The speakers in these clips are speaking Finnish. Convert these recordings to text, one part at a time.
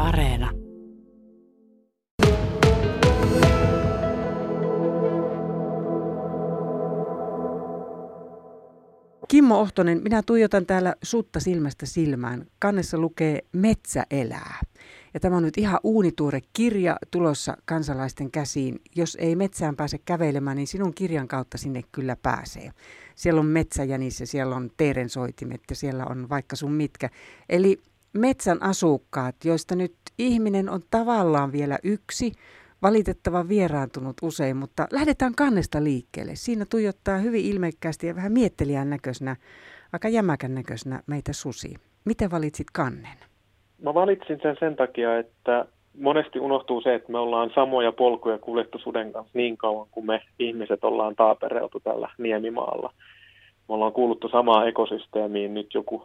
Areena. Kimmo Ohtonen, minä tuijotan täällä sutta silmästä silmään. Kannessa lukee Metsä elää. Ja tämä on nyt ihan uunituore kirja tulossa kansalaisten käsiin. Jos ei metsään pääse kävelemään, niin sinun kirjan kautta sinne kyllä pääsee. Siellä on metsäjänis ja siellä on teerensoitimet ja siellä on vaikka sun mitkä. Eli metsän asukkaat, joista nyt ihminen on tavallaan vielä yksi, valitettavan vieraantunut usein, mutta lähdetään kannesta liikkeelle. Siinä tuijottaa hyvin ilmeikkäästi ja vähän miettelijän näköisenä, aika jämäkän näköisenä meitä susi. Miten valitsit kannen? Mä valitsin sen takia, että monesti unohtuu se, että me ollaan samoja polkuja kuljettu suden kanssa niin kauan, kuin me ihmiset ollaan taapereltu tällä Niemimaalla. Me ollaan kuuluttu samaan ekosysteemiin nyt joku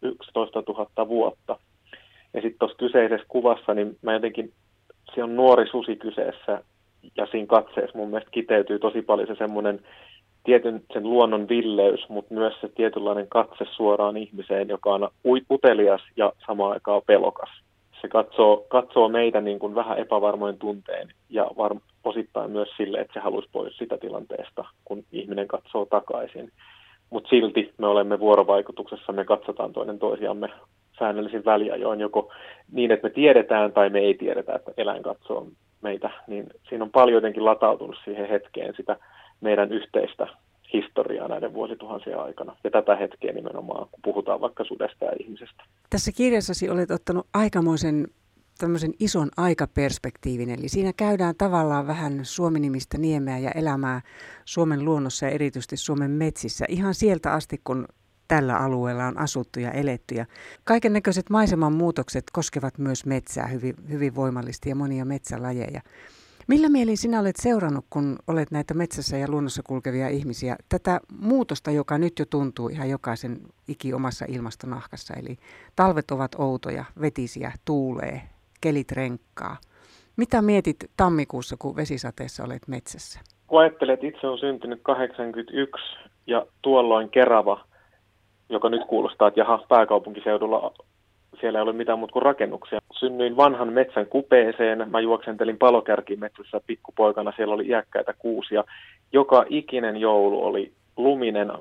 11 000 vuotta. Ja sitten tuossa kyseisessä kuvassa, niin mä jotenkin, se on nuori susi kyseessä ja siinä katseessa mun mielestä kiteytyy tosi paljon se semmoinen tietyn sen luonnon villeys, mutta myös se tietynlainen katse suoraan ihmiseen, joka on utelias ja samaan aikaan pelokas. Se katsoo meitä niin kuin vähän epävarmoin tuntein ja osittain myös sille, että se haluaisi pois sitä tilanteesta, kun ihminen katsoo takaisin. Mutta silti me olemme vuorovaikutuksessa, me katsotaan toinen toisiamme säännöllisin väliajoin, joko niin, että me tiedetään tai me ei tiedetä, että eläin katsoo meitä, niin siinä on paljon jotenkin latautunut siihen hetkeen sitä meidän yhteistä historiaa näiden vuosituhansien aikana. Ja tätä hetkeä nimenomaan, kun puhutaan vaikka sudesta ja ihmisestä. Tässä kirjassasi olet ottanut aikamoisen tämmöisen ison aikaperspektiivin, eli siinä käydään tavallaan vähän Suomi-nimistä niemeä ja elämää Suomen luonnossa ja erityisesti Suomen metsissä. Ihan sieltä asti, kun tällä alueella on asuttu ja eletty. Ja kaiken näköiset maiseman muutokset koskevat myös metsää hyvin, hyvin voimallisesti ja monia metsälajeja. Millä mielin sinä olet seurannut, kun olet näitä metsässä ja luonnossa kulkevia ihmisiä, tätä muutosta, joka nyt jo tuntuu ihan jokaisen omassa ilmastonahkassa? Eli talvet ovat outoja, vetisiä, tuulee, kelit renkkaa. Mitä mietit tammikuussa, kun vesisateessa olet metsässä? Kun ajattelet, että itse on syntynyt 81 ja tuolloin Kerava, joka nyt kuulostaa, että pääkaupunkiseudulla siellä ei ole mitään muuta kuin rakennuksia. Synnyin vanhan metsän kupeeseen, mä juoksentelin Palokärkimetsässä pikkupoikana, siellä oli iäkkäitä kuusia. Joka ikinen joulu oli luminen,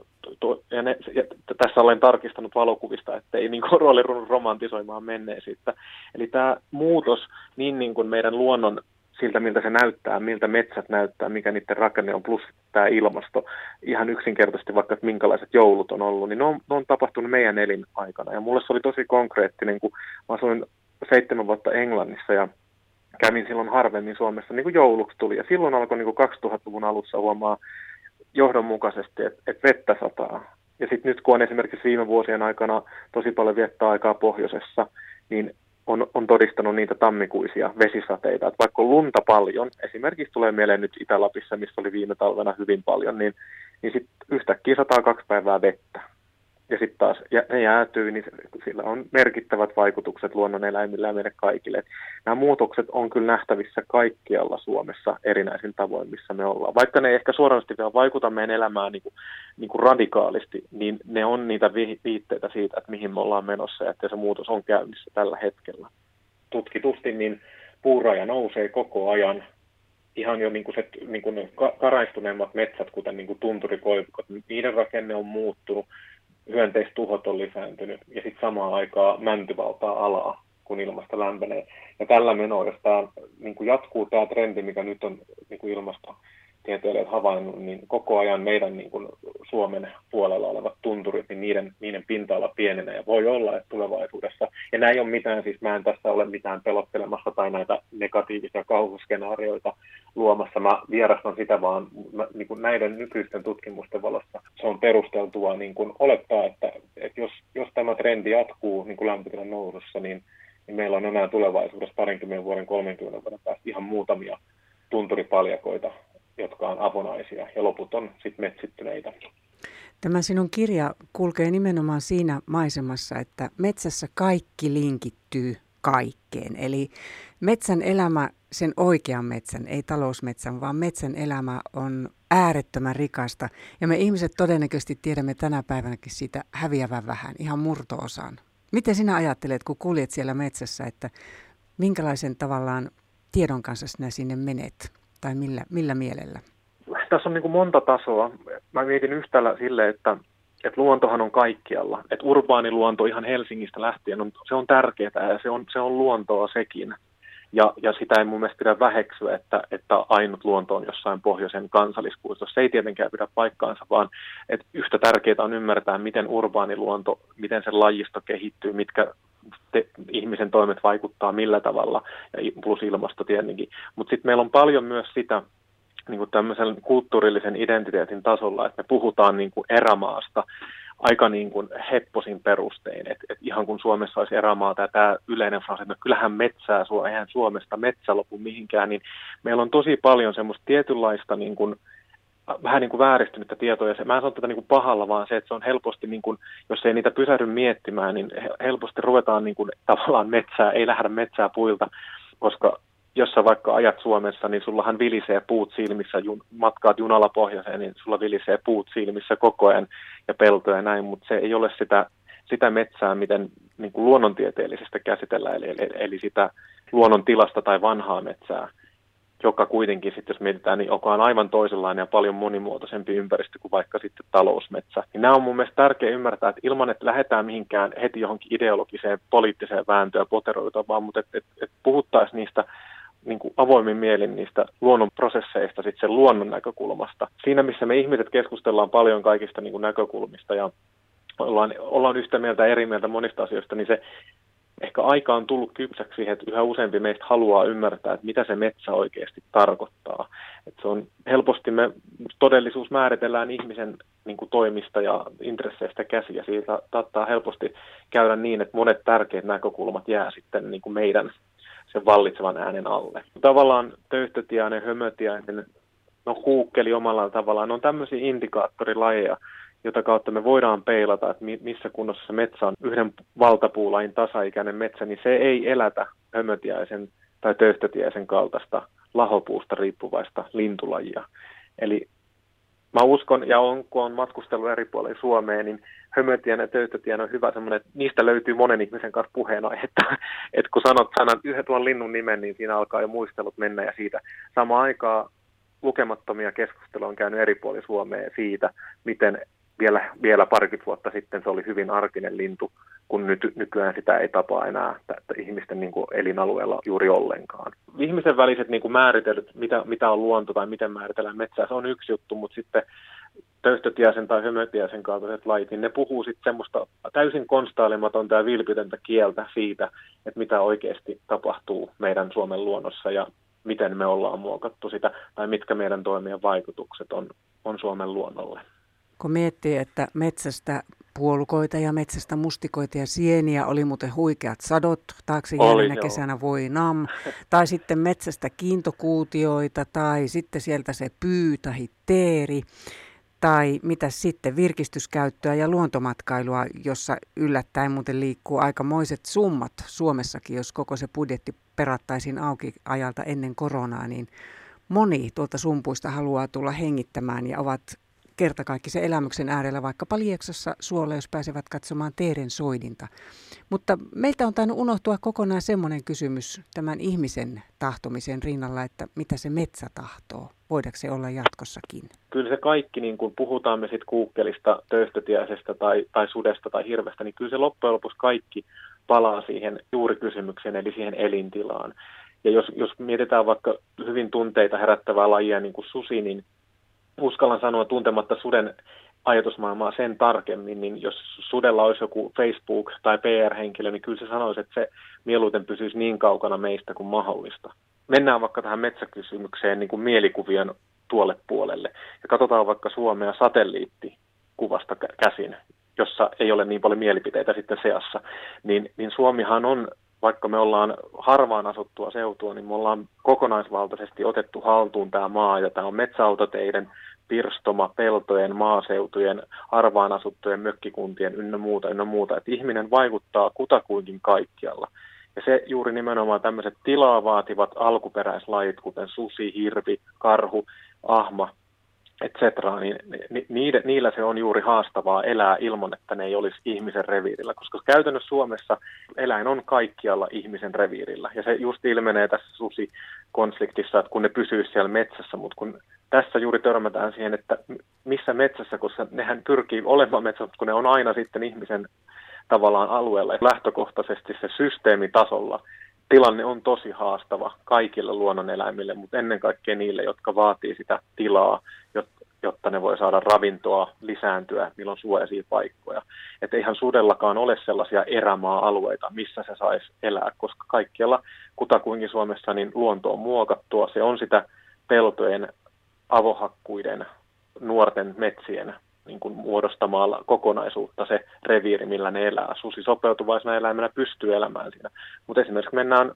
ja tässä olen tarkistanut valokuvista, että ei niin rooli romantisoimaan menneisyyttä. Eli tämä muutos niin kuin meidän luonnon siltä, miltä se näyttää, miltä metsät näyttää, mikä niiden rakenne on, plus tämä ilmasto, ihan yksinkertaisesti vaikka, että minkälaiset joulut on ollut, niin ne on tapahtunut meidän elinaikana. Ja mulle se oli tosi konkreettinen, kun mä asuin 7 vuotta Englannissa ja kävin silloin harvemmin Suomessa, niin kuin jouluksi tuli. Ja silloin alkoi niin kuin 2000-luvun alussa huomaa johdonmukaisesti, että vettä sataa. Ja sitten nyt, kun on esimerkiksi viime vuosien aikana tosi paljon viettää aikaa pohjoisessa, niin on todistanut niitä tammikuisia vesisateita. Että vaikka on lunta paljon, esimerkiksi tulee mieleen nyt Itä-Lapissa, missä oli viime talvena hyvin paljon, niin sitten yhtäkkiä sataa 2 päivää vettä. Ja sitten taas ne jäätyy, niin sillä on merkittävät vaikutukset luonnoneläimillä ja meille kaikille. Et nämä muutokset on kyllä nähtävissä kaikkialla Suomessa erinäisin tavoin, missä me ollaan. Vaikka ne ei ehkä suorasti vielä vaikuta meidän elämään niin kuin radikaalisti, niin ne on niitä viitteitä siitä, että mihin me ollaan menossa ja että se muutos on käynnissä tällä hetkellä. Tutkitusti niin puuraja nousee koko ajan. Ihan jo niin kuin se, niin kuin karaistuneemmat metsät, kuten niin kuin tunturikoivikot, niiden rakenne on muuttunut. Hyönteistuhot on lisääntynyt ja sitten samaan aikaan mänty valtaa alaa, kun ilmasto lämpenee. Ja tällä menoa, jos tämä niin jatkuu tämä trendi, mikä nyt on niin ilmastotieteilijät havainnut, niin koko ajan meidän niin kuin Suomen puolella olevat tunturit, niin niiden pinta-ala pienenee. Ja voi olla, että tulevaisuudessa, ja näin ei ole mitään, siis mä en tässä ole mitään pelottelemassa tai näitä negatiivisia kauhuskenaarioita luomassa. Mä vierastan sitä vaan niin kuin näiden nykyisten tutkimusten valossa. Se on perusteltua niin kuin olettaa, että jos tämä trendi jatkuu niin kuin lämpötilan nousussa, niin meillä on enää tulevaisuudessa 20 vuoden, 30 vuoden päästä ihan muutamia tunturipaljakoita, jotka on avonaisia ja loput on sitten metsittyneitä. Tämä sinun kirja kulkee nimenomaan siinä maisemassa, että metsässä kaikki linkittyy kaikkeen. Eli metsän elämä, sen oikean metsän, ei talousmetsän, vaan metsän elämä on äärettömän rikasta. Ja me ihmiset todennäköisesti tiedämme tänä päivänäkin siitä häviävän vähän, ihan murto-osan. Miten sinä ajattelet, kun kuljet siellä metsässä, että Minkälaisen tavallaan tiedon kanssa sinä sinne menet tai millä mielellä? Tässä on niin kuin monta tasoa. Mä mietin yhtäällä sille, että luontohan on kaikkialla. Että urbaani luonto ihan Helsingistä lähtien, se on tärkeää ja se on luontoa sekin. Ja sitä ei mun mielestä pidä väheksyä, että ainut luonto on jossain pohjoisen kansallispuistossa. Se ei tietenkään pidä paikkaansa, vaan että yhtä tärkeää on ymmärtää, miten urbaani luonto, miten se lajisto kehittyy, mitkä ihmisen toimet vaikuttaa millä tavalla, ja plus ilmasto tietenkin. Mutta sitten meillä on paljon myös sitä niin kuin tämmöisen kulttuurillisen identiteetin tasolla, että me puhutaan niin kuin erämaasta aika niin kuin hepposin perustein, että ihan kun Suomessa olisi erämaata ja tämä yleinen frasi, että no kyllähän metsää, eihän Suomesta metsä lopu mihinkään, niin meillä on tosi paljon semmoista tietynlaista niin kuin, vähän niin kuin vääristynyttä tietoa, ja mä en sano tätä niin kuin pahalla, vaan se, että se on helposti, niin kuin, jos ei niitä pysähdy miettimään, niin helposti ruvetaan niin kuin, tavallaan metsää, ei lähde metsää puilta, koska jos sä vaikka ajat Suomessa, niin sullahan vilisee puut silmissä, matkaat junalla pohjoiseen, niin sulla vilisee puut silmissä koko ajan ja peltoja ja näin, mutta se ei ole sitä metsää, miten niin kuin luonnontieteellisesti käsitellään, eli sitä luonnon tilasta tai vanhaa metsää, joka kuitenkin sitten, jos mietitään, niin joka on aivan toisenlainen ja paljon monimuotoisempi ympäristö kuin vaikka sitten talousmetsä. Niin nämä on mun mielestä tärkeää ymmärtää, että ilman, että lähdetään mihinkään heti johonkin ideologiseen poliittiseen vääntöön poteroitua, vaan mutta että puhuttaisiin niistä niin kuin avoimin mielin niistä luonnon prosesseista sitten sen luonnon näkökulmasta. Siinä, missä me ihmiset keskustellaan paljon kaikista niin kuin näkökulmista ja ollaan yhtä mieltä eri mieltä monista asioista, niin se ehkä aika on tullut kypsäksi siihen, että yhä useampi meistä haluaa ymmärtää, että mitä se metsä oikeasti tarkoittaa. Että se on helposti todellisuus määritellään ihmisen niin kuin toimista ja intresseistä käsin, ja siitä saattaa helposti käydä niin, että monet tärkeät näkökulmat jää sitten niin kuin meidän sen vallitsevan äänen alle. Tavallaan töyhtötiainen, hömötiainen, kuukkeli omalla tavallaan, ne on tämmöisiä indikaattorilajeja, jota kautta me voidaan peilata, että missä kunnossa se metsä on yhden valtapuulain tasaikäinen metsä, niin se ei elätä hömötiaisen tai töyhtötiaisen kaltaista lahopuusta riippuvaista lintulajia. Eli mä uskon, ja kun on matkustellut eri puolilla Suomeen, niin hömötiainen ja töyhtötiainen on hyvä semmoinen, että niistä löytyy monen ihmisen kanssa puheenaiheita, että kun sanot sanan yhden tuon linnun nimen, niin siinä alkaa jo muistelut mennä, ja siitä samaan aikaan lukemattomia keskusteluja on käynyt eri puolilla Suomea siitä, miten vielä parikymmentä vuotta sitten se oli hyvin arkinen lintu, kun nykyään sitä ei tapaa enää ihmisten niin kuin elinalueella juuri ollenkaan. Ihmisen väliset niin kuin määritellyt, mitä on luonto tai miten määritellään metsää, se on yksi juttu, mutta sitten töyhtötiaisen tai hömötiaisen kaltaiset lajit, niin ne puhuu sitten semmoista täysin konstailematonta ja vilpitöntä kieltä siitä, että mitä oikeasti tapahtuu meidän Suomen luonnossa ja miten me ollaan muokattu sitä, tai mitkä meidän toimien vaikutukset on Suomen luonnolle. Kun miettii, että metsästä puolukoita ja metsästä mustikoita ja sieniä oli muuten huikeat sadot taakse jäännä kesänä, voi nam. Tai sitten metsästä kiintokuutioita tai sitten sieltä se pyy tai teeri. Tai mitä sitten virkistyskäyttöä ja luontomatkailua, jossa yllättäen muuten liikkuu aikamoiset summat Suomessakin, jos koko se budjetti perattaisiin auki ajalta ennen koronaa, niin moni tuolta sumpuista haluaa tulla hengittämään ja ovat kertakaikkisen elämyksen äärellä vaikkapa Lieksossa suolla, jos pääsevät katsomaan teeren soidinta. Mutta meiltä on tainnut unohtua kokonaan semmoinen kysymys tämän ihmisen tahtomisen rinnalla, että mitä se metsä tahtoo. Voidaanko se olla jatkossakin? Kyllä se kaikki, niin kun puhutaan me sitten kuukkelista, töyhtötiäisestä tai sudesta tai hirvestä, niin kyllä se loppujen lopuksi kaikki palaa siihen juurikysymykseen, eli siihen elintilaan. Ja jos mietitään vaikka hyvin tunteita herättävää lajia niin kuin susi, niin uskallan sanoa tuntematta suden ajatusmaailmaa sen tarkemmin, niin jos sudella olisi joku Facebook- tai PR-henkilö, niin kyllä se sanoisi, että se mieluiten pysyisi niin kaukana meistä kuin mahdollista. Mennään vaikka tähän metsäkysymykseen niin kuin mielikuvien tuolle puolelle ja katsotaan vaikka Suomea satelliittikuvasta käsin, jossa ei ole niin paljon mielipiteitä sitten seassa, niin Suomihan on, vaikka me ollaan harvaan asuttua seutua, niin me ollaan kokonaisvaltaisesti otettu haltuun tämä maa, ja tämä on metsäautoteiden pirstoma, peltojen, maaseutujen, harvaan asuttujen mökkikuntien ynnä muuta, että ihminen vaikuttaa kutakuinkin kaikkialla. Ja se juuri nimenomaan tämmöiset tilaa vaativat alkuperäislajit, kuten susi, hirvi, karhu, ahma, et cetera, niin niillä se on juuri haastavaa elää ilman, että ne ei olisi ihmisen reviirillä, koska käytännössä Suomessa eläin on kaikkialla ihmisen reviirillä, ja se just ilmenee tässä susikonfliktissa, että kun ne pysyy siellä metsässä, mutta kun tässä juuri törmätään siihen, että missä metsässä, koska nehän pyrkii olemaan metsässä, mutta kun ne on aina sitten ihmisen tavallaan alueella, ja lähtökohtaisesti se systeemitasolla tilanne on tosi haastava kaikille luonnoneläimille, mutta ennen kaikkea niille, jotka vaatii sitä tilaa, jotta ne voi saada ravintoa, lisääntyä, niillä on suojaisia paikkoja. Että eihän sudellakaan ole sellaisia erämaa-alueita, missä se saisi elää, koska kaikkialla kutakuinkin Suomessa niin luonto on muokattua. Se on sitä peltojen, avohakkuiden, nuorten metsien niin kuin muodostamalla kokonaisuutta se reviiri, millä ne elää. Susi sopeutuvaisena eläimenä pystyy elämään siinä. Mutta esimerkiksi mennään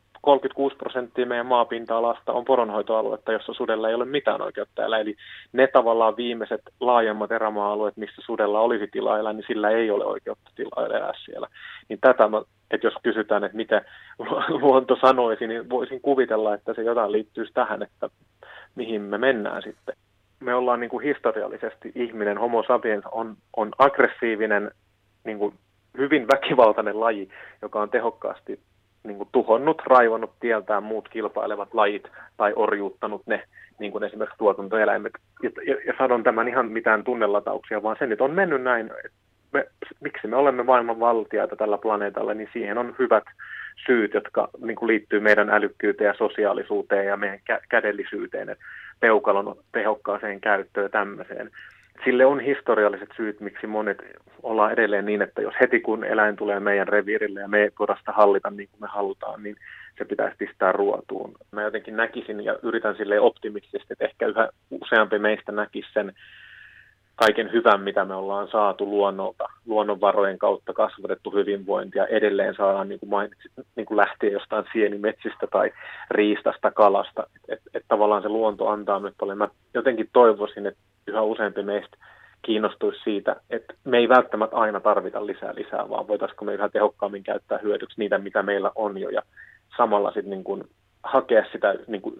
36% meidän maapinta-alasta on poronhoitoaluetta, jossa sudella ei ole mitään oikeutta elää. Eli ne tavallaan viimeiset laajemmat erämaa-alueet, missä sudella olisi tilaa elää, niin sillä ei ole oikeutta tilaa elää siellä. Niin että jos kysytään, että mitä luonto sanoisi, niin voisin kuvitella, että se jotain liittyisi tähän, että mihin me mennään sitten. Me ollaan niin kuin historiallisesti ihminen, homo sapiens on aggressiivinen, niin kuin hyvin väkivaltainen laji, joka on tehokkaasti niin kuin tuhonnut, raivannut tieltään muut kilpailevat lajit tai orjuuttanut ne, niin kuin esimerkiksi tuotantoeläimet. Ja sanon tämän ihan mitään tunnelatauksia, vaan se nyt on mennyt näin. Miksi me olemme maailman valtiaita tällä planeetalla, niin siihen on hyvät syyt, jotka niin kuin liittyy meidän älykkyyteen ja sosiaalisuuteen ja meidän kädellisyyteen, peukalon tehokkaaseen käyttöön ja tämmöiseen. Sille on historialliset syyt, miksi monet ollaan edelleen niin, että jos heti kun eläin tulee meidän reviirille ja me ei voida sitä hallita niin kuin me halutaan, niin se pitäisi pistää ruotuun. Mä jotenkin näkisin ja yritän silleen optimistisesti, että ehkä yhä useampi meistä näkisi sen kaiken hyvän, mitä me ollaan saatu luonnolta, luonnonvarojen kautta kasvatettu hyvinvointia, edelleen saadaan, niin kuin mainitsit, niin kuin lähtien jostain sienimetsistä tai riistasta, kalasta. Että tavallaan se luonto antaa myös paljon. Mä jotenkin toivoisin, että yhä useampi meistä kiinnostuisi siitä, että me ei välttämättä aina tarvita lisää, vaan voitaisiinko me yhä tehokkaammin käyttää hyödyksi niitä, mitä meillä on jo, ja samalla sitten niin kuin hakea sitä, niin kuin,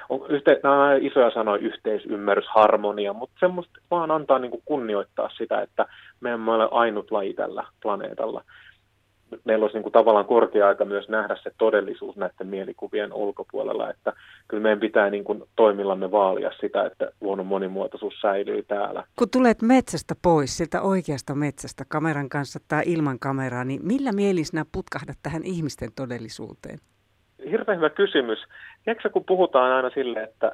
nämä on isoja sanoja, yhteisymmärrys, harmonia, mutta semmoista vaan antaa niin kuin kunnioittaa sitä, että me emme ole ainut laji tällä planeetalla. Meillä olisi niin kuin tavallaan korkea aika myös nähdä se todellisuus näiden mielikuvien ulkopuolella, että kyllä meidän pitää niin kuin toimillamme vaalia sitä, että luonnon monimuotoisuus säilyy täällä. Kun tulet metsästä pois, siltä oikeasta metsästä kameran kanssa tai ilman kameraa, niin millä mielin sinä putkahdat tähän ihmisten todellisuuteen? Hirveän hyvä kysymys. Tiedätkö, kun puhutaan aina silleen, että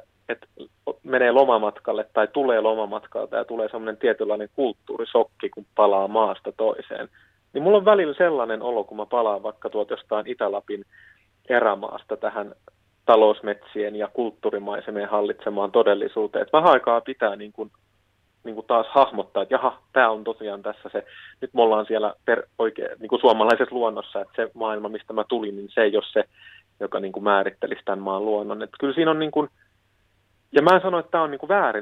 menee lomamatkalle tai tulee lomamatkalta ja tulee semmoinen tietynlainen kulttuurisokki, kun palaa maasta toiseen, niin mulla on välillä sellainen olo, kun mä palaan vaikka tuolta jostain Itä-Lapin erämaasta tähän talousmetsien ja kulttuurimaisemien hallitsemaan todellisuuteen. Että vähän aikaa pitää niin kuin taas hahmottaa, että jaha, tämä on tosiaan tässä se, nyt me ollaan siellä niin kuin suomalaisessa luonnossa, että se maailma, mistä mä tulin, niin se ei ole se, joka niin kuin määrittelisi tämän maan luonnon. Että kyllä siinä on niin kuin, ja mä en sano, että tämä on niin kuin väärin,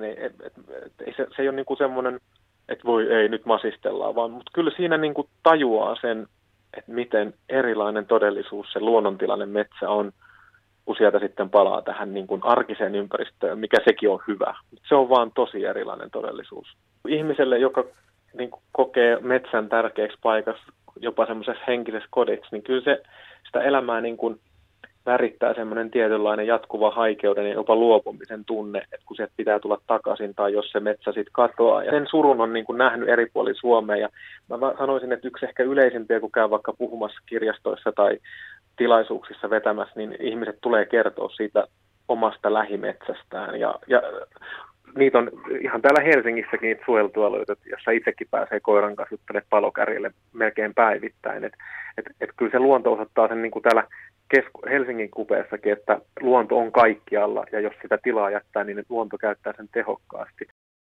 se ei ole niin kuin semmoinen, että voi ei, nyt masistellaan, vaan mutta kyllä siinä niin kuin tajuaa sen, että miten erilainen todellisuus se luonnontilainen metsä on, kun sieltä sitten palaa tähän niin kuin arkiseen ympäristöön, mikä sekin on hyvä. Se on vaan tosi erilainen todellisuus. Ihmiselle, joka niin kuin kokee metsän tärkeäksi paikaksi, jopa semmoisessa henkisessä kodiksi, niin kyllä se sitä elämää niin kuin värittää semmoinen tietynlainen jatkuva haikeuden ja jopa luopumisen tunne, että kun sieltä pitää tulla takaisin tai jos se metsä sitten katoaa. Ja sen surun on niin kuin nähnyt eri puolilla Suomea. Ja mä sanoisin, että yksi ehkä yleisimpiä, kun käy vaikka puhumassa kirjastoissa tai tilaisuuksissa vetämässä, niin ihmiset tulee kertoa siitä omasta lähimetsästään. Ja niitä on ihan täällä Helsingissäkin niitä suojeltuja alueita, jossa itsekin pääsee koiran kanssa juttelemaan palokärjelle melkein päivittäin. Et kyllä se luonto osoittaa sen niin kuin täällä Helsingin kupeessakin, että luonto on kaikkialla ja jos sitä tilaa jättää, niin luonto käyttää sen tehokkaasti.